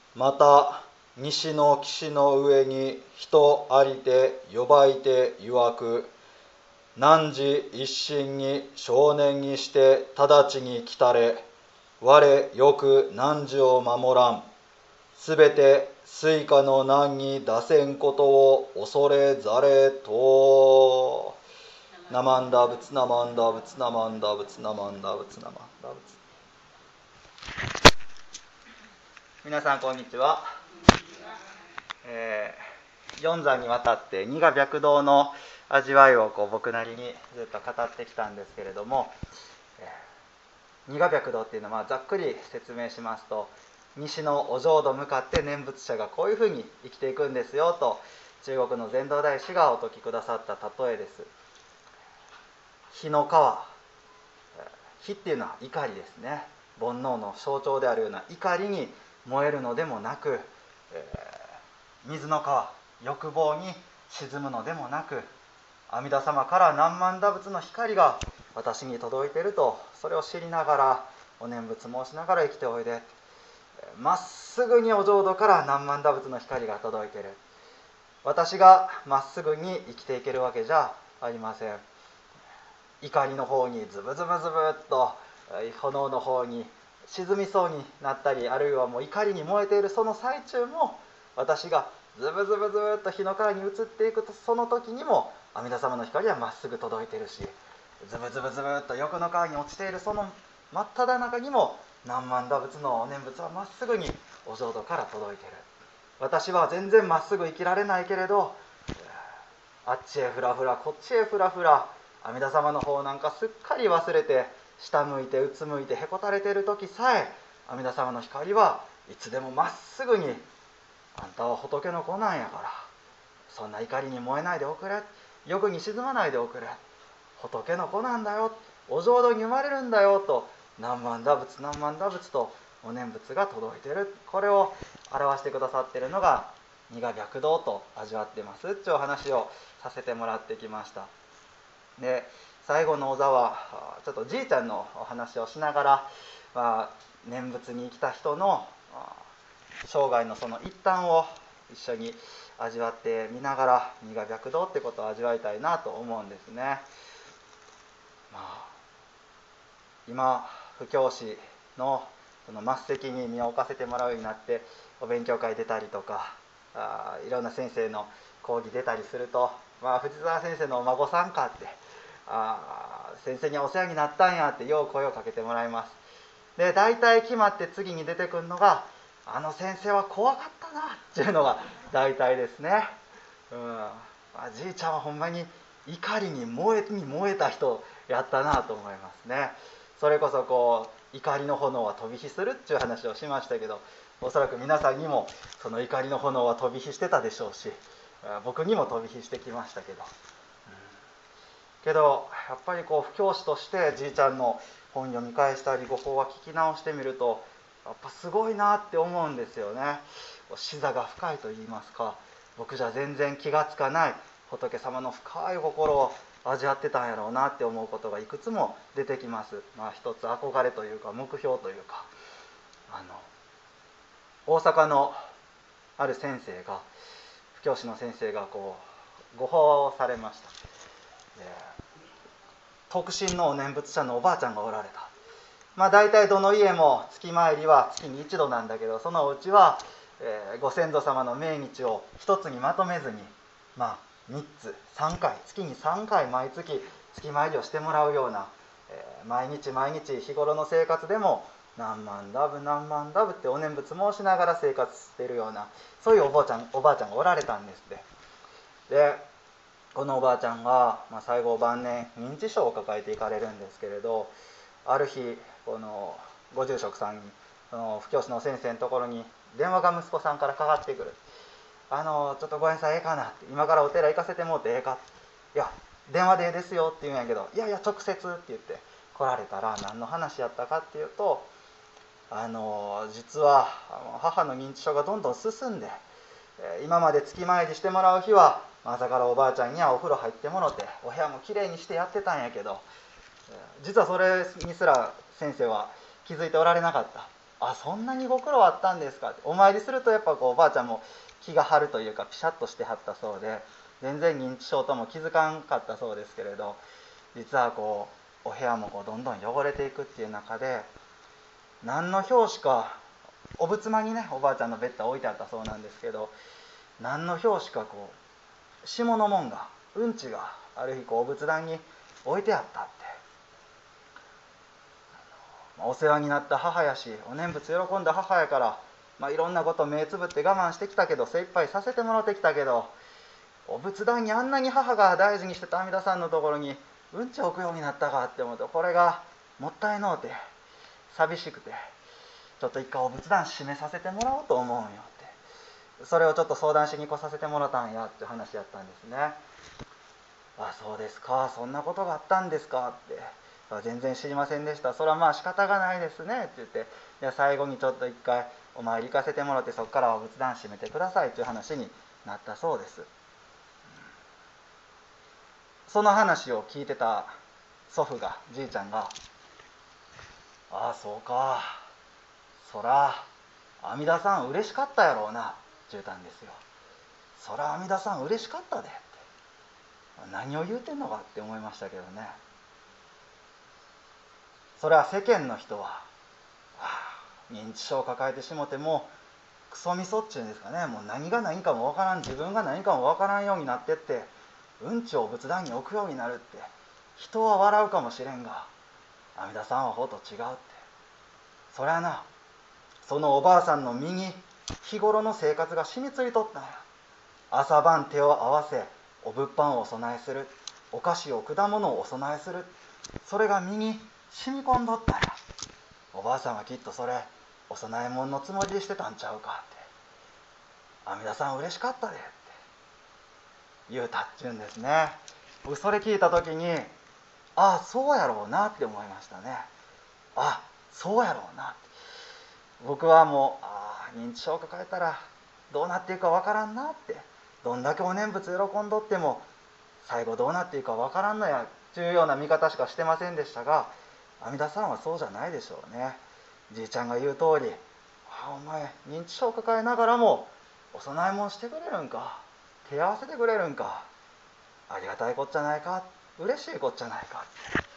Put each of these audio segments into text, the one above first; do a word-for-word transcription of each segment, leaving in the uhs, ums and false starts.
また西の岸の上に人ありて呼ばいて曰く、汝一心に少年にして直ちに来たれ、我よく汝を守らん。すべて水火の難に出せんことを恐れざれと。ナマンダ仏ナマンダ仏ナマンダ仏ナマンダ仏ナマンダ仏。皆さんこんにちは。えー、四座にわたって二が白道の味わいをこう僕なりにずっと語ってきたんですけれども、えー、二が白道っていうのはざっくり説明しますと、西のお浄土向かって念仏者がこういうふうに生きていくんですよと中国の禅道大師がお説きくださった例えです。火の川、火っていうのは怒りですね。煩悩の象徴であるような怒りに燃えるのでもなく、えー、水の川、欲望に沈むのでもなく、阿弥陀様から何万打仏の光が私に届いていると、それを知りながらお念仏申しながら生きておいで、まっすぐにお浄土から何万打仏の光が届いている。私がまっすぐに生きていけるわけじゃありません。怒りの方にズブズブズブっと炎の方に沈みそうになったり、あるいはもう怒りに燃えているその最中も、私がズブズブズブっと火の川に移っていくと、その時にも阿弥陀様の光はまっすぐ届いているし、ズブズブズブっと欲の川に落ちているその真っ只中にも何万打仏のお念仏はまっすぐにお浄土から届いている。私は全然まっすぐ生きられないけれど、あっちへフラフラこっちへフラフラ、阿弥陀様の方なんかすっかり忘れて、下向いてうつむいてへこたれている時さえ、阿弥陀様の光はいつでもまっすぐに、あんたは仏の子なんやから、そんな怒りに燃えないでおくれ、欲に沈まないでおくれ、仏の子なんだよ、お浄土に生まれるんだよと、何万打仏何万打仏とお念仏が届いている。これを表してくださっているのが二が白道と味わってますっていうお話をさせてもらってきました。で、最後のお座はちょっとじいちゃんのお話をしながら、まあ、念仏に来た人の生涯のその一端を一緒に味わってみながら、二が白道ってことを味わいたいなと思うんですね。まあ、今布教師のその末席に身を置かせてもらうようになって、お勉強会出たりとか、あいろんな先生の講義出たりすると、まあ、藤沢先生のお孫さんかって、あ先生にお世話になったんやってよう声をかけてもらいます。で、大体決まって次に出てくるのが、あの先生は怖かったなっていうのが大体ですね。うん、まあ、じいちゃんはほんまに怒りに燃えに燃えた人やったなと思いますね。それこそこう怒りの炎は飛び火するっていう話をしましたけど、おそらく皆さんにもその怒りの炎は飛び火してたでしょうし、僕にも飛び火してきましたけど、うん、けどやっぱりこう布教師としてじいちゃんの本読み返したりご法話聞き直してみると、やっぱすごいなって思うんですよね。視座が深いと言いますか、僕じゃ全然気がつかない仏様の深い心を味わってたんやろうなって思うことがいくつも出てきます。まあ一つ憧れというか目標というか、あの大阪のある先生が、布教師の先生がこうご法話をされました。特進のお念仏者のおばあちゃんがおられた。まあ大体どの家も月参りは月に一度なんだけど、そのうちは、えー、ご先祖様の命日を一つにまとめずに、まあみっつさんかい、月にさんかい毎月月参りをしてもらうような、えー、毎日毎日日頃の生活でも何万ダブ何万ダブってお念仏申しながら生活しているような、そういうおばあちゃんおばあちゃんがおられたんですって。でこのおばあちゃんが、まあ、最後晩年認知症を抱えていかれるんですけれど、ある日このご住職さんに、その布教師の先生のところに電話が息子さんからかかってくる。あのちょっとご縁さんええかなって、今からお寺行かせてもうてええかって、いや電話でええですよって言うんやけど、いやいや直接って言って来られたら、何の話やったかっていうと、あの実は母の認知症がどんどん進んで、今まで月参りしてもらう日は朝からおばあちゃんにはお風呂入ってもろて、お部屋もきれいにしてやってたんやけど、実はそれにすら先生は気づいておられなかった。 あ、そんなにご苦労あったんですかって。お参りするとやっぱこうおばあちゃんも気が張るというかピシャッとしてはったそうで、全然認知症とも気づかんかったそうですけれど、実はこうお部屋もこうどんどん汚れていくっていう中で、何の拍子かお仏間にねおばあちゃんのベッド置いてあったそうなんですけど、何の拍子かこう下のもんがうんちがある日こうお仏壇に置いてあったって。お世話になった母やし、お念仏喜んだ母やから、まあ、いろんなこと目つぶって我慢してきたけど、精一杯させてもらってきたけど、お仏壇にあんなに母が大事にしてた阿弥陀さんのところにうんちを置くようになったかって思うと、これがもったいのうて寂しくて、ちょっと一回お仏壇閉めさせてもらおうと思うんよって、それをちょっと相談しに来させてもらったんやって話やったんですね。あ、そうですか、そんなことがあったんですかって。全然知りませんでした。それはまあ仕方がないですねって言って、じゃあ最後にちょっと一回お参り行かせてもらって、そこからは仏壇閉めてくださいという話になったそうです。その話を聞いてた祖父が、じいちゃんが、ああそうか、そら阿弥陀さん嬉しかったやろうなって言うたんですよ。そら阿弥陀さん嬉しかったでって、何を言うてんのかって思いましたけどね。それは世間の人は、はあ、認知症を抱えてしもてもクソみそっちゅうんですかね、もう何が何かもわからん、自分が何かもわからんようになってって、うんちを仏壇に置くようになるって、人は笑うかもしれんが阿弥陀さんはほと違うって。そりゃな、そのおばあさんの身に日頃の生活が染みついとったんや。朝晩手を合わせお物販をお供えする、お菓子を果物をお供えする、それが身に染み込んどったんや。おばあさんはきっとそれお供え物のつもりでしてたんちゃうかって、阿弥陀さん嬉しかったでって言うたっちゅうんですね。僕それ聞いた時に、ああそうやろうなって思いましたね。あ、そうやろうなって。僕はもう、ああ認知症を抱えたらどうなっていくかわからんなって、どんだけお念仏喜んどっても最後どうなっていくかわからんのやというような見方しかしてませんでしたが、阿弥陀さんはそうじゃないでしょうね。じいちゃんが言う通り、ああお前認知症を抱えながらもお供え物してくれるんか、手合わせてくれるんか、ありがたいこっちゃないか、嬉しいこっちゃないか。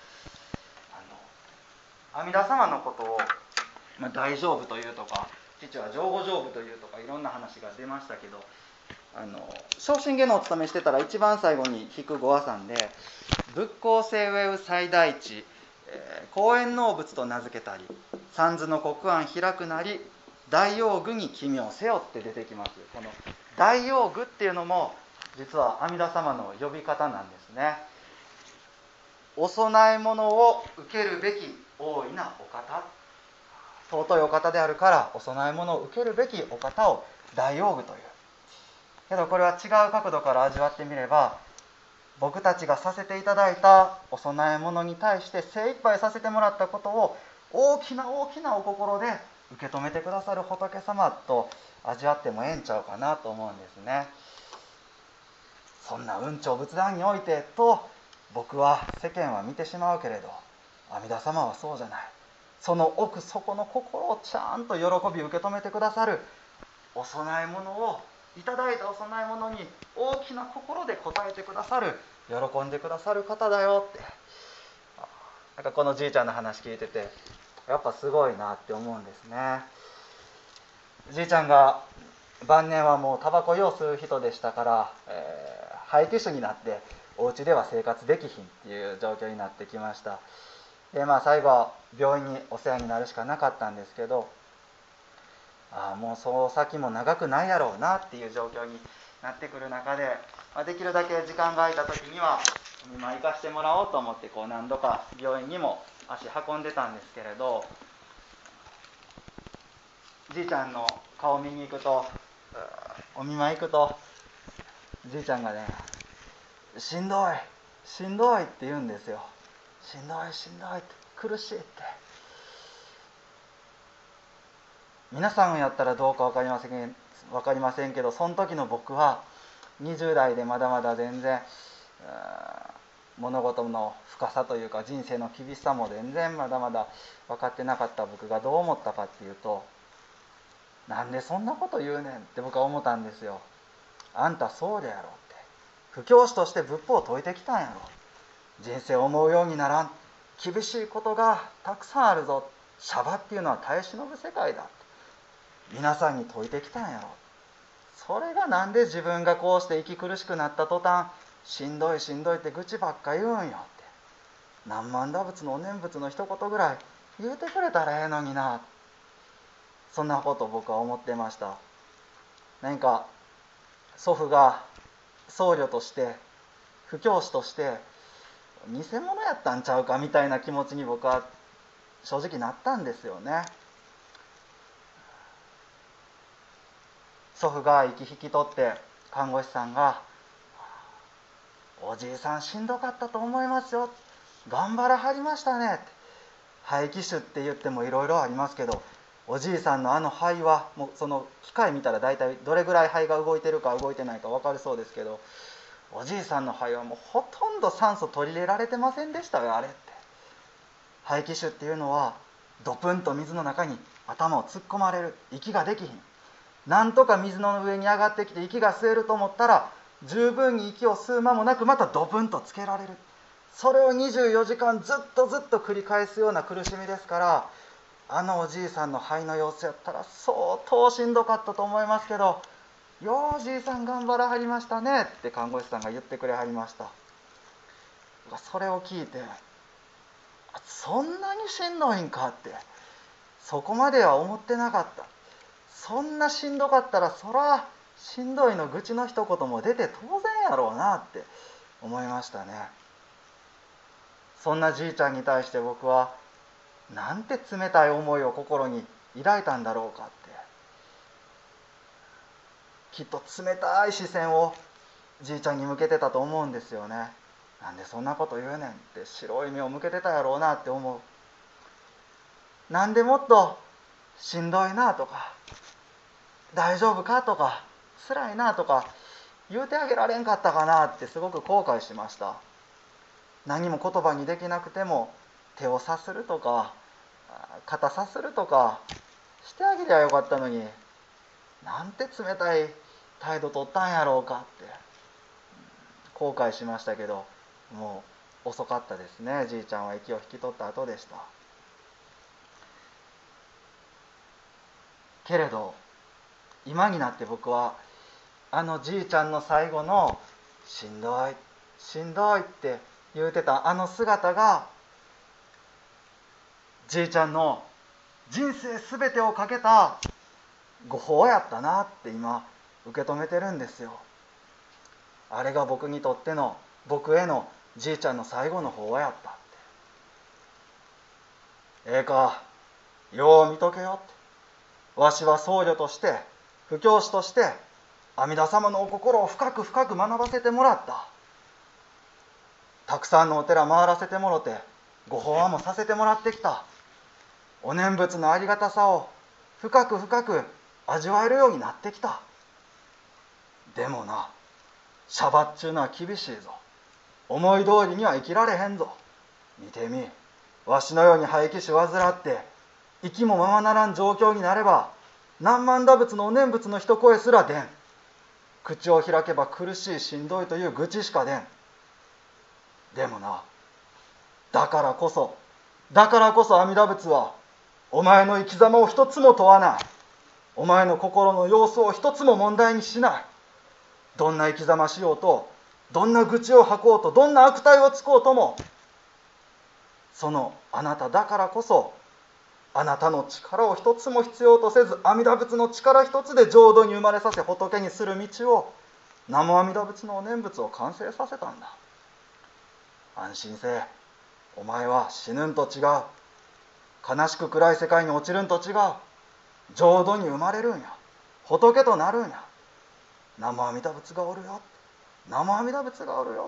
あの阿弥陀様のことを、まあ、大丈夫というとか、父は上後丈夫というとか、いろんな話が出ましたけど、あの昇進下のお勤めしてたら一番最後に引くご和算で、仏光聖上最大地、えー、公園能仏と名付けたり、三途の国案開くなり、大用具に奇妙せよって出てきます。この大用具っていうのも実は阿弥陀様の呼び方なんですね。お供え物を受けるべき大いなお方、尊いお方であるからお供え物を受けるべきお方を大用具という。けどこれは違う角度から味わってみれば、僕たちがさせていただいたお供え物に対して精一杯させてもらったことを大きな大きなお心で受け止めてくださる仏様と味わってもええんちゃうかなと思うんですね。そんなうんちを仏壇に置いてと僕は世間は見てしまうけれど、阿弥陀様はそうじゃない。その奥底の心をちゃんと喜び受け止めてくださる、お供え物をいただいたお供え物に大きな心で応えてくださる、喜んでくださる方だよって、なんかこのじいちゃんの話聞いててやっぱすごいなって思うんですね。じいちゃんが晩年はもうタバコを吸う人でしたから、えー、廃棄種になってお家では生活できひんっていう状況になってきました。でまあ最後病院にお世話になるしかなかったんですけど、ああもうその先も長くないやろうなっていう状況になってくる中で、まあ、できるだけ時間が空いた時にはお見舞い行かしてもらおうと思ってこう何度か病院にも足運んでたんですけれど、じいちゃんの顔見に行くと、お見舞い行くとじいちゃんがね、しんどいしんどいって言うんですよ。しんどいしんどいって苦しいって。皆さんやったらどうか分かりません分かりませんけど、その時の僕はにじゅう代でまだまだ全然物事の深さというか人生の厳しさも全然まだまだ分かってなかった僕がどう思ったかっていうと、なんでそんなこと言うねんって僕は思ったんですよ。あんた僧侶やろって、布教師として仏法を説いてきたんやろ、人生を思うようにならん、厳しいことがたくさんあるぞ、シャバっていうのは耐え忍ぶ世界だって皆さんに説いてきたんやろ。それがなんで自分がこうして息苦しくなった途端、しんどいしんどいって愚痴ばっか言うんよって、何万打仏のお念仏の一言ぐらい言うてくれたらええのにな、そんなことを僕は思ってました。何か祖父が僧侶として布教師として偽物やったんちゃうかみたいな気持ちに僕は正直なったんですよね。祖父が息引き取って看護師さんが「おじいさんしんどかったと思いますよ、頑張らはりましたね」って、肺気腫って言ってもいろいろありますけど、おじいさんのあの肺はもうその機械見たら大体どれぐらい肺が動いてるか動いてないか分かるそうですけど、おじいさんの肺はもうほとんど酸素取り入れられてませんでしたよあれって。肺気腫っていうのはドプンと水の中に頭を突っ込まれる、息ができひん、なんとか水の上に上がってきて息が吸えると思ったら十分に息を吸う間もなくまたドプンとつけられる、それをにじゅうよじかんずっとずっと繰り返すような苦しみですから、あのおじいさんの肺の様子やったら相当しんどかったと思いますけど、ようおじいさん頑張らはりましたねって看護師さんが言ってくれはりました。それを聞いて、そんなにしんどいんかって、そこまでは思ってなかった、そんなしんどかったらそらしんどいの愚痴の一言も出て当然やろうなって思いましたね。そんなじいちゃんに対して僕はなんて冷たい思いを心に抱いたんだろうかって、きっと冷たい視線をじいちゃんに向けてたと思うんですよね。なんでそんなこと言うねんって白い目を向けてたやろうなって思う。なんでもっとしんどいなとか大丈夫かとか辛いなとか言うてあげられんかったかなってすごく後悔しました。何も言葉にできなくても手をさするとか肩さするとかしてあげりゃよかったのに、なんて冷たい態度取ったんやろうかって後悔しましたけど、もう遅かったですね。じいちゃんは息を引き取った後でした。けれど今になって僕はあのじいちゃんの最後のしんどいしんどいって言うてたあの姿がじいちゃんの人生すべてをかけたご法やったなって今受け止めてるんですよ。あれが僕にとっての僕へのじいちゃんの最後の法やったって。ええか、よう見とけよって。わしは僧侶として布教師として阿弥陀様のお心を深く深く学ばせてもらった。たくさんのお寺回らせてもろてご法話もさせてもらってきた。お念仏のありがたさを深く深く味わえるようになってきた。でもな、シャバっちゅうのは厳しいぞ。思い通りには生きられへんぞ。見てみ、わしのように肺気腫患って息もままならん状況になれば何万打仏のお念仏の一声すら出ん。口を開けば苦しいしんどいという愚痴しか出ん。でもな、だからこそだからこそ阿弥陀仏はお前の生き様を一つも問わない。お前の心の様子を一つも問題にしない。どんな生き様しようと、どんな愚痴を吐こうと、どんな悪態をつこうとも、そのあなただからこそあなたの力を一つも必要とせず、阿弥陀仏の力一つで浄土に生まれさせ仏にする道を、南無阿弥陀仏のお念仏を完成させたんだ。安心せえ。お前は死ぬんと違う。悲しく暗い世界に落ちるんと違う。浄土に生まれるんや。仏となるんや。南無阿弥陀仏がおるよ。南無阿弥陀仏がおるよ。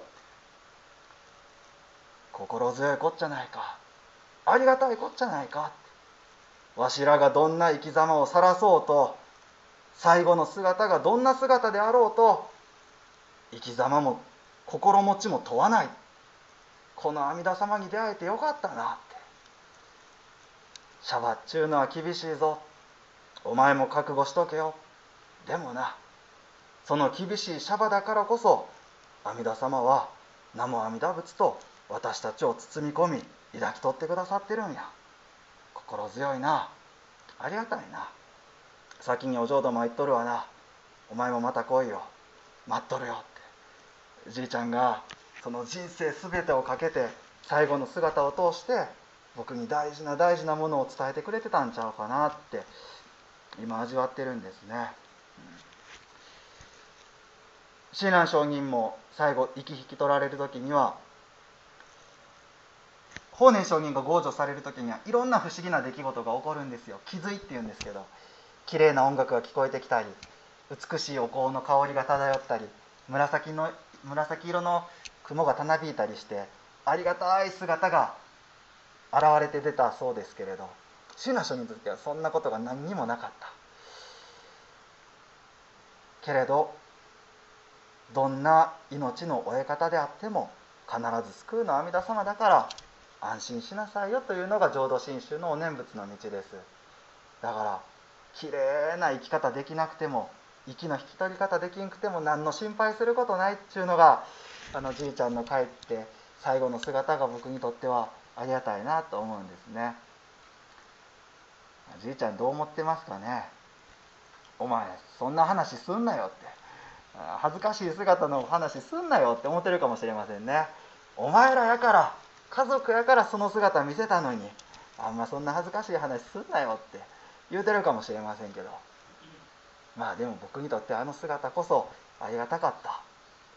心強いこっちゃないか。ありがたいこっちゃないか。わしらがどんな生き様を晒そうと、最後の姿がどんな姿であろうと、生き様も心持ちも問わない。 この阿弥陀様に出会えてよかったなって。シャバっちゅうのは厳しいぞ、お前も覚悟しとけよ。でもな、その厳しいシャバだからこそ阿弥陀様は南無阿弥陀仏と私たちを包み込み抱き取ってくださってるんや。心強いな、ありがたいな。先にお浄土参っとるわな、お前もまた来いよ、待っとるよって、じいちゃんがその人生全てをかけて最後の姿を通して僕に大事な大事なものを伝えてくれてたんちゃうかなって今味わってるんですね。親鸞上人も最後息引き取られる時には、法然上人が強女される時にはいろんな不思議な出来事が起こるんですよ。気づいっていうんですけど、綺麗な音楽が聞こえてきたり、美しいお香の香りが漂ったり、紫の紫色の雲がたなびいたりして、ありがたい姿が現れて出たそうですけれど、親鸞上人の時はそんなことが何にもなかったけれど、どんな命の終え方であっても必ず救うのは阿弥陀様だから安心しなさいよというのが浄土真宗のお念仏の道です。だからきれいな生き方できなくても、息の引き取り方できんくても何の心配することないっていうのが、あのじいちゃんの帰って最後の姿が僕にとってはありがたいなと思うんですね。じいちゃんどう思ってますかね。お前そんな話すんなよって、恥ずかしい姿の話すんなよって思ってるかもしれませんね。お前らやから家族やからその姿見せたのに、あんまそんな恥ずかしい話すんなよって言うてるかもしれませんけど、まあでも僕にとってあの姿こそありがたかった。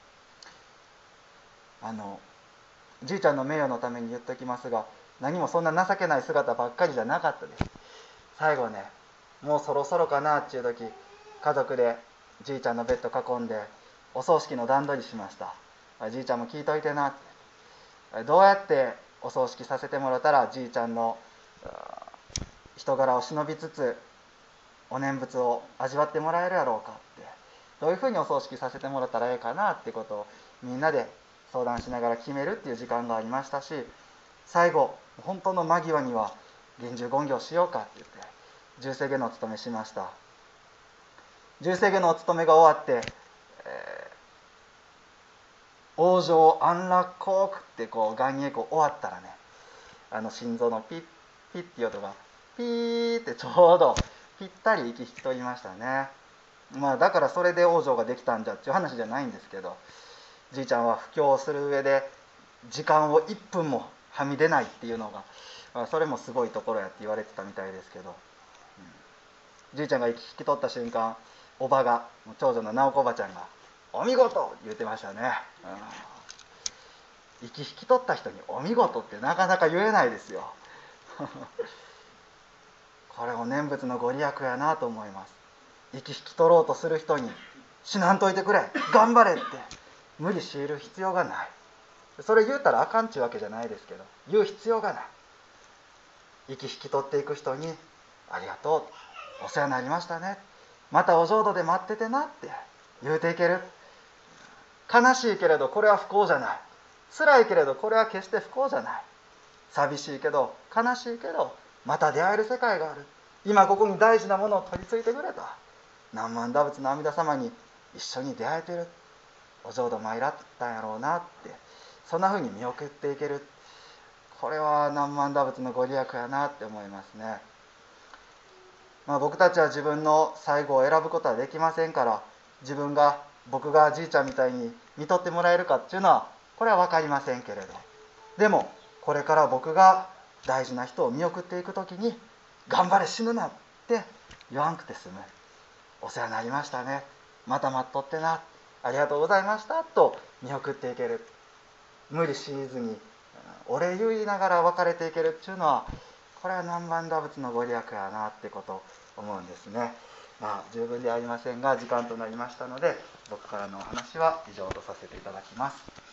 あのじいちゃんの名誉のために言っときますが、何もそんな情けない姿ばっかりじゃなかったです。最後ね、もうそろそろかなっていう時、家族でじいちゃんのベッド囲んでお葬式の段取りしました。じいちゃんも聞いといてなって、どうやってお葬式させてもらったらじいちゃんの人柄を忍びつつお念仏を味わってもらえるやろうかって、どういうふうにお葬式させてもらったらええかなってことをみんなで相談しながら決めるっていう時間がありましたし、最後本当の間際には厳重言行しようかって言って重生下のお務めしました。重生下のお務めが終わって、えー、往生安楽国ってこう願栄光終わったらね、あの心臓のピッピッっていう音がピーってちょうどぴったり息引き取りましたね。まあだからそれで往生ができたんじゃっていう話じゃないんですけど、じいちゃんは布教をする上で時間をいっぷんもはみ出ないっていうのが、それもすごいところやって言われてたみたいですけど、うん、じいちゃんが息引き取った瞬間、おばが長女の直子おばちゃんがお見事言ってましたね、うん、息引き取った人にお見事ってなかなか言えないですよこれお念仏のご利益やなと思います。息引き取ろうとする人に死なんといてくれ、頑張れって無理強いる必要がない。それ言うたらあかんちゅうわけじゃないですけど、言う必要がない。息引き取っていく人にありがとう、お世話になりましたね、またお浄土で待っててなって言うていける。悲しいけれどこれは不幸じゃない、辛いけれどこれは決して不幸じゃない、寂しいけど悲しいけどまた出会える世界がある、今ここに大事なものを取り付いてくれた南無阿弥陀仏の阿弥陀様に一緒に出会えてる、お浄土参らったんやろうなって、そんな風に見送っていける。これは南無阿弥陀仏のご利益やなって思いますね。まあ、僕たちは自分の最後を選ぶことはできませんから、自分が僕がじいちゃんみたいに見とってもらえるかっていうのはこれは分かりませんけれど、でもこれから僕が大事な人を見送っていくときに頑張れ死ぬなって言わんくて済む。お世話になりましたね、また待っとってな、ありがとうございましたと見送っていける。無理しずにお礼言いながら別れていけるっていうのは、これは南無阿弥陀仏のご利益やなってことを思うんですね。まあ十分ではありませんが時間となりましたので、僕からのお話は以上とさせていただきます。